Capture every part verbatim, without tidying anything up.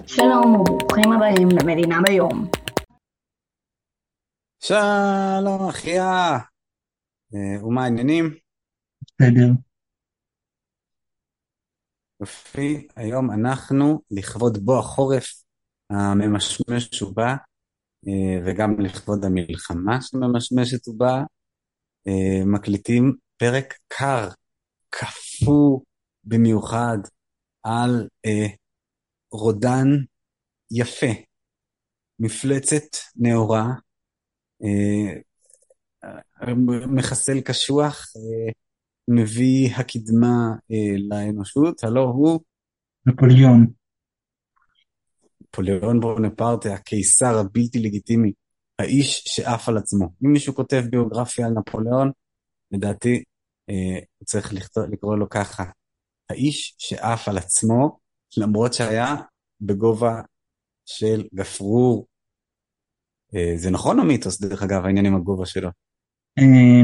שלום וברוכים הבאים למדינה ביום. שלום אחיה, אה, ומה העניינים? בסדר. יופי, היום אנחנו לכבוד בוא החורף הממשמש ובא, אה, וגם לכבוד המלחמה שממשמשת ובא, אה, מקליטים פרק קר, קפוא במיוחד על אה, רודן יפה, מפלצת נאורה, אה, מחסל קשוח, אה, מביא הקדמה אה, לאנושות, הלא הוא נפוליאון. נפוליאון בונפרטה, הקיסר הבלתי לגיטימי, האיש שעף על עצמו. אם מישהו כותב ביוגרפיה על נפוליאון, לדעתי אה, הוא צריך לכתוב, לקרוא לו ככה, האיש שעף על עצמו, למרות שהיה בגובה של גפרור. אה, זה נכון או מיתוס, דרך אגב, העניין עם הגובה שלו? אה,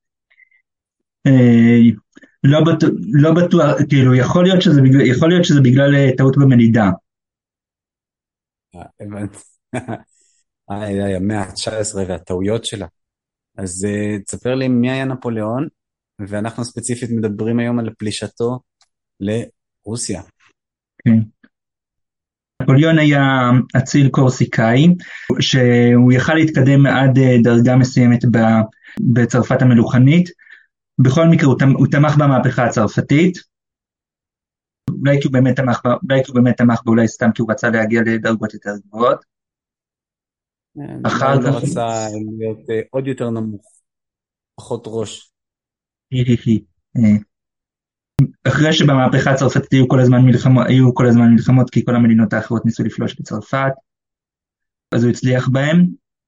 אה, לא בטוח, לא בטוח, כאילו, יכול להיות שזה בגלל, יכול להיות שזה בגלל אה, טעות במדידה. אה, הבנתי. איי, איי, המאה ה-תשע עשרה והטעויות שלה. אז uh, תספר לי מי היה נפוליאון, ואנחנו ספציפית מדברים היום על פלישתו לרוסיה. כן. נפוליאון היה אציל קורסיקאי, שהוא יכל להתקדם עד אה, דרגה מסוימת ב- בצרפת המלוכנית. בכל מקרה הוא, תמ- הוא תמך במהפכה הצרפתית, אולי כי הוא באמת תמך בה, אולי כי הוא באמת תמך בה, אולי סתם כי הוא רצה להגיע לדרגות יותר גבוהות. אה, אולי אחר הוא לא כך, רצה להיות uh, עוד יותר נמוך, פחות ראש. היא, היא, היא. אה, אחרי שבמהפכה הצרפתית היו כל הזמן מלחמות, היו כל הזמן מלחמות כי כל המדינות האחרות ניסו לפלוש בצרפת, אז הוא הצליח בהם,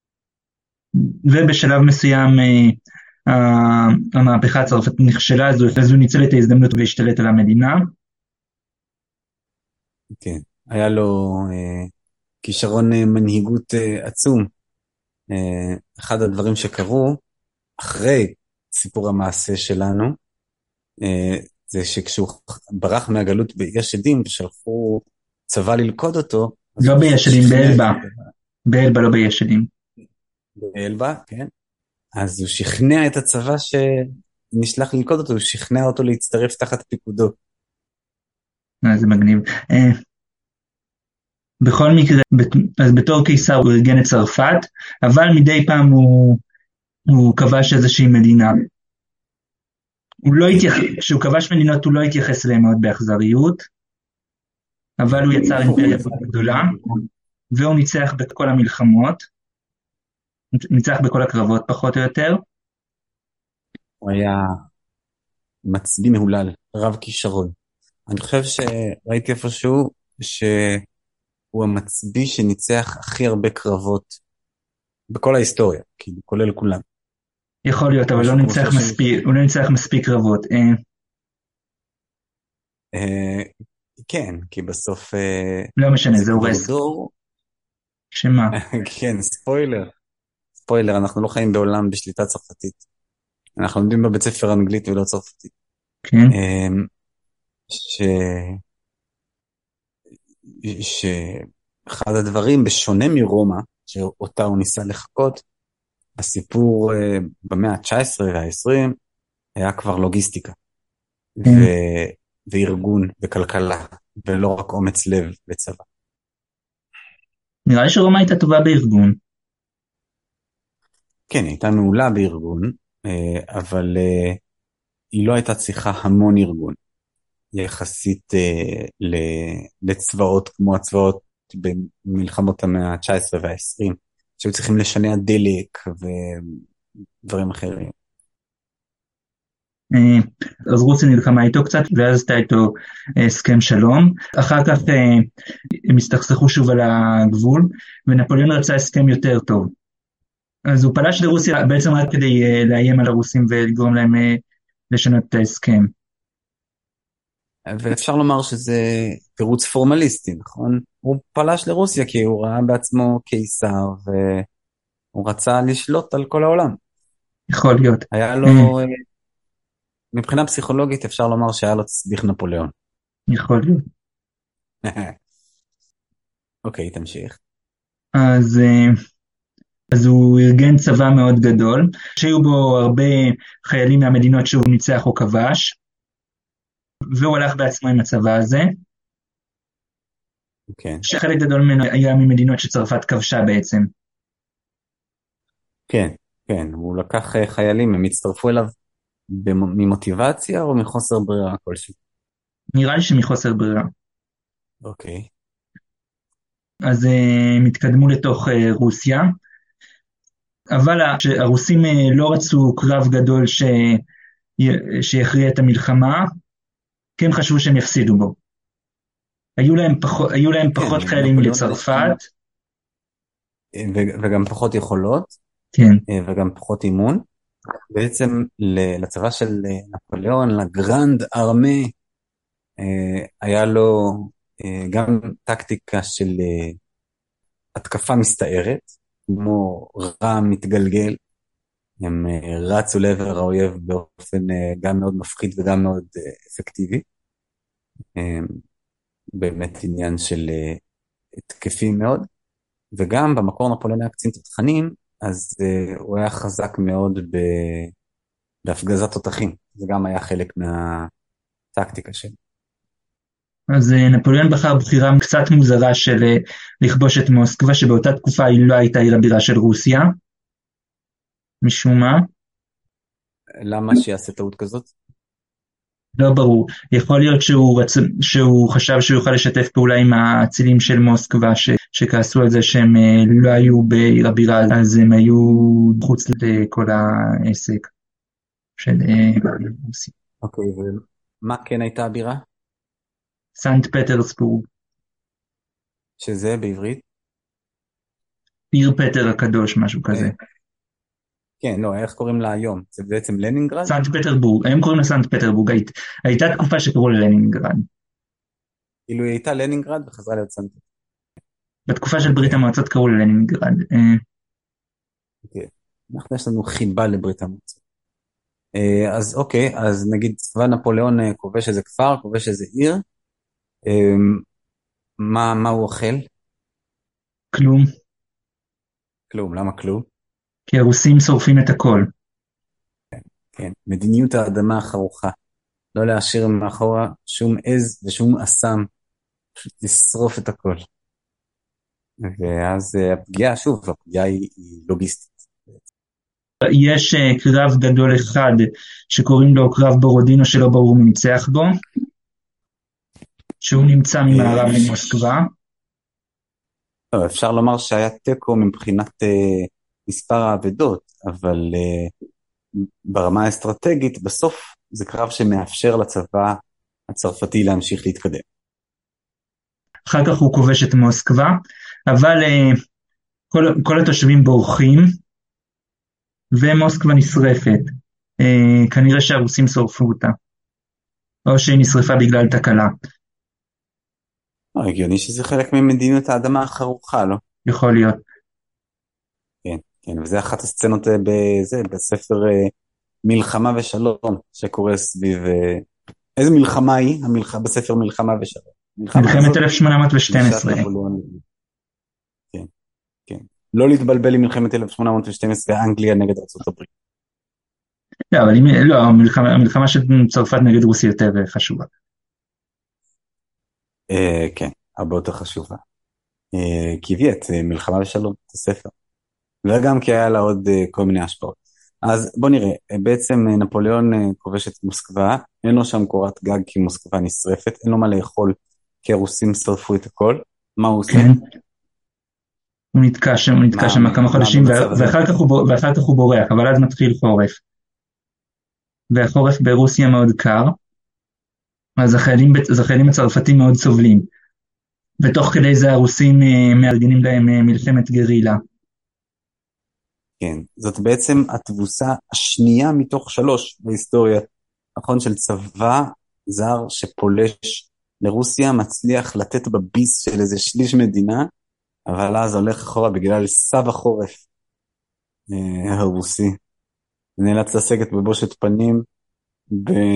ובשלב מסוים אה, המהפכה הצרפתית נכשלה, אז הוא, אז הוא ניצל את ההזדמנות והשתלט על המדינה. כן, היה לו uh, כישרון uh, מנהיגות uh, עצום. Uh, אחד הדברים שקרו אחרי סיפור המעשה שלנו, uh, זה שכשהוא ברח מהגלות ביש עדים ושלחו צבא ללכוד אותו, אז לא הוא פשוט בישלים, שכנע את באלבה, באלבה לא בישלים. באלבה, כן? אז הוא שכנע את הצבא שנשלח ללכוד אותו, הוא שכנע אותו להצטרף תחת פיקודו. אה, זה מגניב. אה, בכל מקרה, בת- אז בתור קיסר הוא ארגן את צרפת, אבל מדי פעם הוא, הוא כבש איזושהי מדינה. הוא לא כן, התייחס, כשהוא כבש מדינות הוא לא התייחס אליהן מאוד באכזריות, אבל הוא יצר אימפריה גדולה, והוא ניצח בכל המלחמות, ניצח בכל הקרבות פחות או יותר. הוא היה מצביא מהולל, רב כישרון. אני חושב שראיתי איפשהו שהוא המצביא שניצח הכי הרבה קרבות בכל ההיסטוריה, כאילו, כולל כולם. יכול להיות, אבל לא משהו כמו ניצח שלושים. מספיק, הוא לא ניצח מספיק קרבות. אה, אה, כן, כי בסוף אה, לא משנה, זה זה כבר הורס. דור, שמה? כן, ספוילר, ספוילר, אנחנו לא חיים בעולם בשליטה צרפתית. אנחנו לומדים בבית ספר אנגלית ולא צרפתית. כן. אמ, ש... שאחד הדברים, בשונה מרומא, שאותה הוא ניסה לחקות, הסיפור אה, במאה ה-תשע עשרה וה-עשרים היה כבר לוגיסטיקה, ו... כן. וארגון וכלכלה, ולא רק אומץ לב וצבא. נראה לי שרומא הייתה טובה בארגון. כן, היא הייתה מעולה בארגון, אה, אבל אה, היא לא הייתה צריכה המון ארגון. יחסית אה, ל- לצבאות כמו הצבאות במלחמות המאה ה-תשע עשרה וה-עשרים, שהיו צריכים לשנע דלק ודברים אחרים. אה, אז רוסיה נלחמה איתו קצת, ואז עשתה איתו אה, הסכם שלום. אחר כך אה, הם הסתכסכו שוב על הגבול, ונפוליאון רצה הסכם יותר טוב. אז הוא פלש לרוסיה בעצם רק כדי אה, לאיים על הרוסים ולגרום להם אה, לשנות את ההסכם. ואפשר לומר שזה תירוץ פורמליסטי, נכון? הוא פלש לרוסיה כי הוא ראה בעצמו קיסר והוא רצה לשלוט על כל העולם. יכול להיות. היה אה, לו, אה, מבחינה פסיכולוגית אפשר לומר שהיה לו תסביך נפוליאון. יכול להיות. אוקיי, תמשיך. אז, אה, אז הוא ארגן צבא מאוד גדול, שהיו בו הרבה חיילים מהמדינות שהוא ניצח או כבש, והוא הלך בעצמו עם הצבא הזה, כן, שחלק גדול ממנו היה ממדינות שצרפת כבשה בעצם. כן, כן, הוא לקח אה, חיילים, הם הצטרפו אליו במ- ממוטיבציה או מחוסר ברירה כלשהי? נראה לי שמחוסר ברירה. אוקיי, אז אה, הם התקדמו לתוך אה, רוסיה, אבל ה- הרוסים אה, לא רצו קרב גדול ש... שיכריע את המלחמה, כי הם חשבו שהם יפסידו בו. היו להם, פח... היו להם כן, פחות חיילים נפוליאון בעצם, מלצרפת, אה, ו- וגם פחות יכולות, כן, אה, וגם פחות אימון. בעצם ל- לצבא של אה, נפוליאון, לגרנד ארמה, אה, היה לו אה, גם טקטיקה של אה, התקפה מסתערת, כמו רע מתגלגל. הם אה, רצו לעבר האויב באופן אה, גם מאוד מפחיד וגם מאוד אה, אפקטיבי. אה, באמת עניין של אה, התקפי מאוד. וגם במקור נפוליאון היה קצין תותחנים, אז אה, הוא היה חזק מאוד ב... בהפגזת תותחים. זה גם היה חלק מהטקטיקה שלו. אז אה, נפוליאון בחר בחירה קצת מוזרה של אה, לכבוש את מוסקבה, שבאותה תקופה היא לא הייתה עיר הבירה של רוסיה, משום מה, למה שיעשה טעות כזאת? לא ברור. יכול להיות שהוא, רצ... שהוא חשב שהוא יוכל לשתף פעולה עם האצילים של מוסקבה, ש... שכעסו על זה שהם אה, לא היו בעיר הבירה, אז הם היו מחוץ לכל העסק של אה, רוסיה. אוקיי, ומה כן הייתה הבירה? סנט פטרסבורג, שזה בעברית? עיר פטר הקדוש, משהו כזה. אה, כן, לא, איך קוראים לה היום? זה בעצם לנינגרד? סנט פטרבורג, היום קוראים לה סנט פטרבורג, היית, הייתה תקופה שקראו לה לנינגרד. כאילו היא הייתה לנינגרד וחזרה להיות סנט. בתקופה של ברית אוקיי, המועצות קראו לה לנינגרד. אה, אוקיי. אנחנו יש לנו חיבה לברית המועצות. אה, אז אוקיי, אז נגיד צבא נפוליאון אה, כובש איזה כפר, כובש איזה עיר. אה, מה, מה הוא אוכל? כלום, כלום, למה כלום? כי הרוסים שורפים את הכל. כן, מדיניות האדמה החרוכה. לא להשאיר מאחורה שום עז ושום אסם, פשוט לשרוף את הכל. ואז אה, הפגיעה, שוב, הפגיעה היא, היא לוגיסטית. יש אה, קרב גדול אחד שקוראים לו קרב בורודינו, שלא ברור מי ניצח בו, שהוא נמצא ממערב אה, למוסקבה. לא, אפשר לומר שהיה תיקו מבחינת אה, מספר האבדות, אבל אה, ברמה האסטרטגית, בסוף זה קרב שמאפשר לצבא הצרפתי להמשיך להתקדם. אחר כך הוא כובש את מוסקבה, אבל אה, כל, כל התושבים בורחים, ומוסקבה נשרפת. אה, כנראה שהרוסים שורפו אותה, או שהיא נשרפה בגלל תקלה, לא, הגיוני שזה חלק ממדיניות האדמה החרוכה, לא? יכול להיות. כן, כן, וזה אחת הסצנות אה, בזה, בספר אה, מלחמה ושלום, שקורה סביב... אה, איזה מלחמה היא? המלח... בספר מלחמה ושלום. מלחמה מלחמת הזאת, אלף שמונה מאות ושתים פלישת עשרה. נפוליאון. כן, כן. לא להתבלבל עם מלחמת אלף שמונה מאות ושתים עשרה, אנגליה נגד ארצות הברית. לא, אבל אם, לא, המלחמה, המלחמה של צרפת נגד רוסיה יותר חשובה. אה, כן, הרבה יותר חשובה. אה, כי הביא את אה, מלחמה ושלום, את הספר. וגם כי היה לה עוד אה, כל מיני השפעות. אז בוא נראה, אה, בעצם אה, נפוליאון אה, כובש את מוסקבה, אין לו שם קורת גג כי מוסקבה נשרפת, אין לו מה לאכול כי הרוסים שרפו את הכל. מה הוא עושה? כן. הוא נתקע שם, הוא נתקע מה, שם כמה מה חודשים, במצב הזה? ואחר כך הוא, בור- ואחר כך הוא בורח, אבל אז מתחיל חורף. והחורף ברוסיה מאוד קר, אז החיילים, אז החיילים הצרפתים מאוד סובלים. ותוך כדי זה הרוסים אה, מארגנים להם אה, מלחמת גרילה. כן, זאת בעצם התבוסה השנייה מתוך שלוש בהיסטוריה, נכון, של צבא זר שפולש לרוסיה, מצליח לתת בביס של איזה שליש מדינה, אבל אז הולך אחורה בגלל סב החורף אה, הרוסי. נאלץ לסגת בבושת פנים,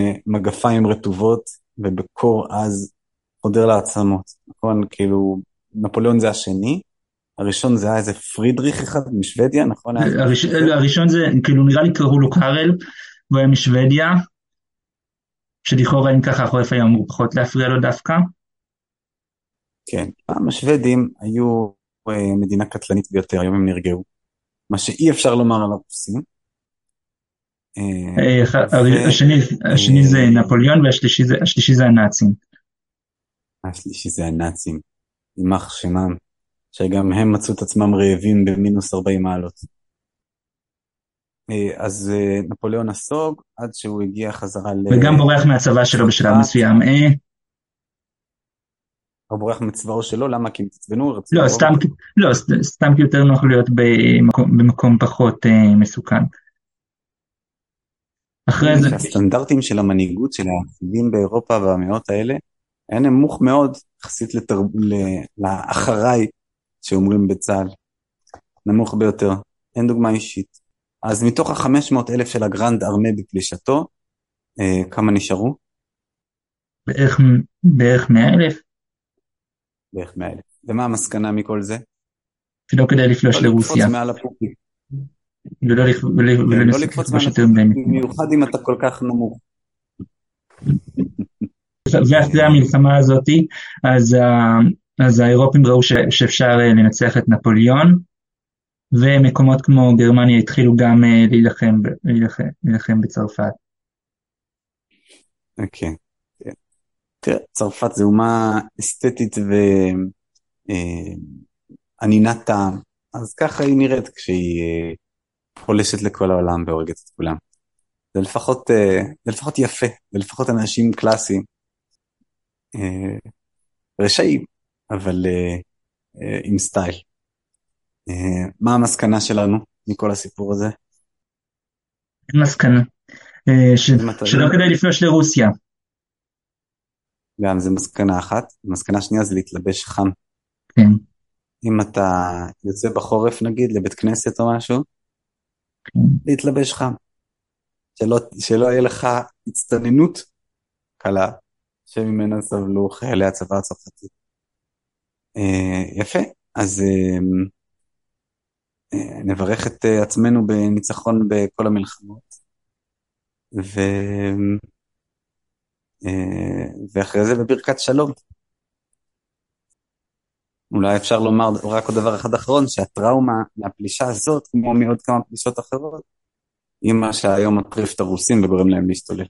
במגפיים רטובות, ובקור עז חודר לעצמות, נכון? כאילו, נפוליאון זה השני, הראשון זה היה איזה פרידריך אחד משוודיה, נכון? הראש, הראשון זה, כאילו נראה לי קראו לו קארל, והוא היה משוודיה, שלכאורה אם ככה החורף היה אמור פחות להפריע לו דווקא. כן, פעם השוודים היו מדינה קטלנית ביותר, היום הם נרגעו, מה שאי אפשר לומר על הרוסים. השני זה נפוליאון והשלישי זה הנאצים. השלישי זה הנאצים, יימח שמם, שגם הם מצאו את עצמם רעבים במינוס ארבעים מעלות. אז נפוליאון נסוג עד שהוא הגיע חזרה ל... וגם בורח מהצבא שלו בשלב מסוים. הוא בורח מצבאו שלו, למה? כי הם תצבנו? לא, סתם, לא, סתם כי יותר נוח להיות במקום, במקום פחות מסוכן. אחרי זה... הסטנדרטים של המנהיגות של האחדים באירופה והמאות האלה, היה נמוך מאוד, יחסית לתר... לאחריי שאומרים בצה"ל. נמוך ביותר. אין דוגמה אישית. אז מתוך ה-חמש מאות אלף של הגרנד ארמה בפלישתו, אה, כמה נשארו? בערך, בערך מאה אלף. בערך מאה אלף. ומה המסקנה מכל זה? שלא כדאי לפלוש לרוסיה. לא לקפוץ מעל הפוקים. ולא לקפוץ מעל הפוקים, במיוחד אם אתה כל כך נמוך. ואחרי המלחמה הזאת, אז, אז האירופים ראו שאפשר לנצח את נפוליאון, ומקומות כמו גרמניה התחילו גם להילחם, להילחם, להילחם בצרפת. אוקיי. תראה, צרפת זה אומה אסתטית וענינת טעם, אז ככה היא נראית כשהיא פולשת לכל העולם והורגת את כולם. זה לפחות, זה לפחות יפה, זה לפחות אנשים קלאסיים, רשעים, אבל עם סטייל. מה המסקנה שלנו מכל הסיפור הזה? מסקנה, שלא כדאי לפלוש לרוסיה. גם זה מסקנה אחת, מסקנה שנייה זה להתלבש חם. כן. אם אתה יוצא בחורף נגיד לבית כנסת או משהו, כן. להתלבש חם. שלא, שלא יהיה לך הצטננות קלה, שממנה סבלו חיילי הצבא הצרפתי. יפה, אז נברך את עצמנו בניצחון בכל המלחמות, ו... ואחרי זה בברכת שלום. אולי אפשר לומר רק עוד דבר אחד אחרון, שהטראומה מהפלישה הזאת, כמו מעוד כמה פלישות אחרות, היא מה שהיום מטריף את הרוסים וגורם להם להשתולל.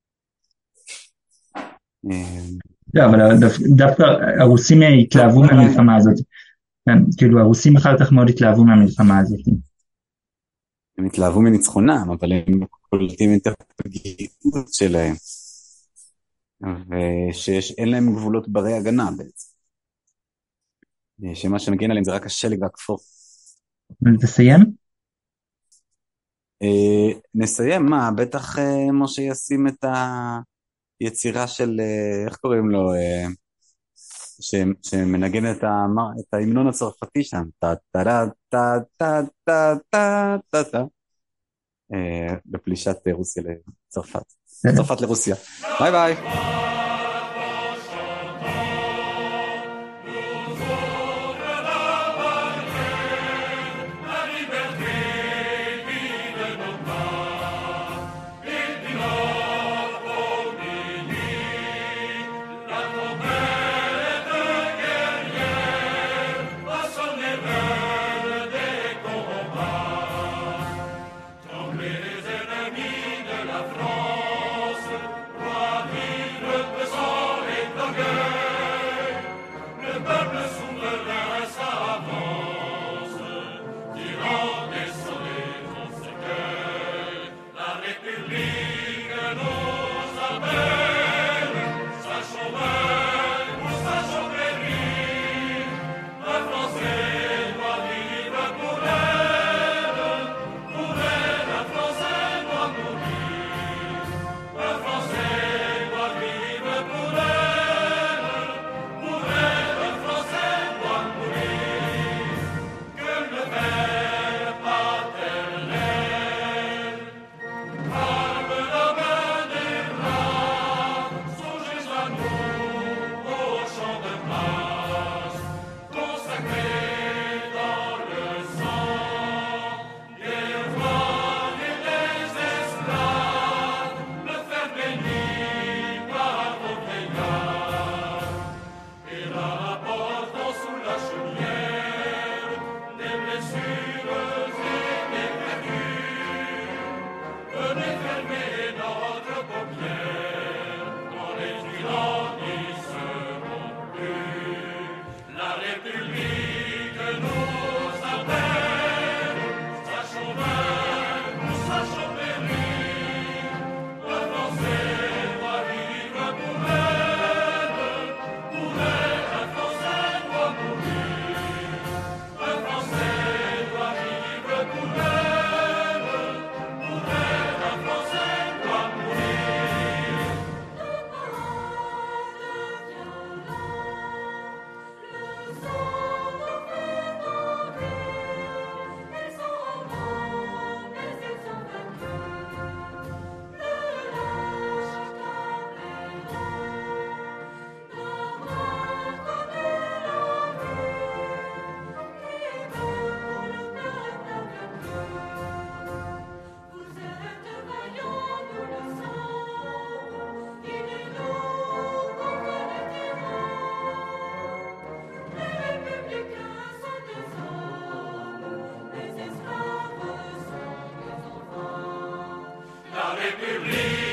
לא, אבל דווקא הרוסים התלהבו מהמלחמה הזאת. כאילו הרוסים אחר כך מאוד התלהבו מהמלחמה הזאת. הם התלהבו מניצחונם, אבל הם קולטים את הפגיעות שלהם. ושאין להם גבולות ברי הגנה בעצם. שמה שמגן עליהם זה רק השלג והכפור. נסיים? נסיים, מה? בטח משה ישים את היצירה של, איך קוראים לו, שמנגן את ההמנון הצרפתי שם. בפלישת רוסיה לצרפת. צרפת לרוסיה. ביי ביי. La République